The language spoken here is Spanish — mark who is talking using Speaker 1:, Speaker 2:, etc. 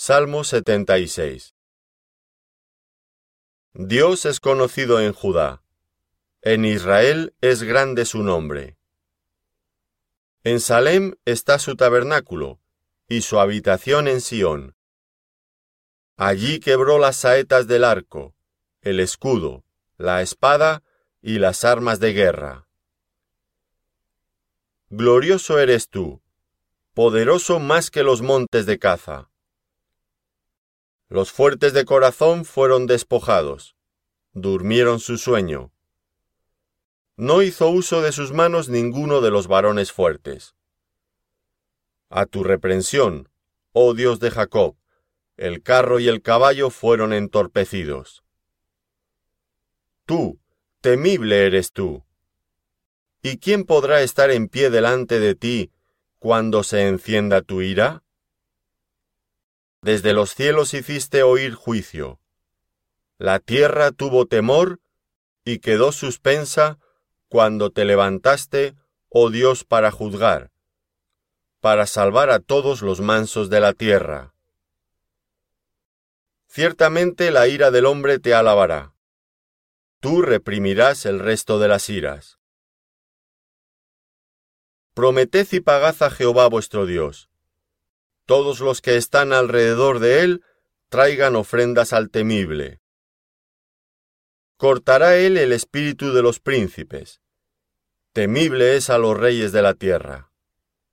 Speaker 1: Salmo 76. Dios es conocido en Judá. En Israel es grande su nombre. En Salem está su tabernáculo, y su habitación en Sión. Allí quebró las saetas del arco, el escudo, la espada y las armas de guerra. Glorioso eres tú, poderoso más que los montes de caza. Los fuertes de corazón fueron despojados, durmieron su sueño. No hizo uso de sus manos ninguno de los varones fuertes. A tu reprensión, oh Dios de Jacob, el carro y el caballo fueron entorpecidos. Tú, temible eres tú. ¿Y quién podrá estar en pie delante de ti cuando se encienda tu ira? Desde los cielos hiciste oír juicio. La tierra tuvo temor y quedó suspensa cuando te levantaste, oh Dios, para juzgar, para salvar a todos los mansos de la tierra. Ciertamente la ira del hombre te alabará. Tú reprimirás el resto de las iras. Prometed y pagad a Jehová vuestro Dios. Todos los que están alrededor de él traigan ofrendas al temible. Cortará él el espíritu de los príncipes. Temible es a los reyes de la tierra.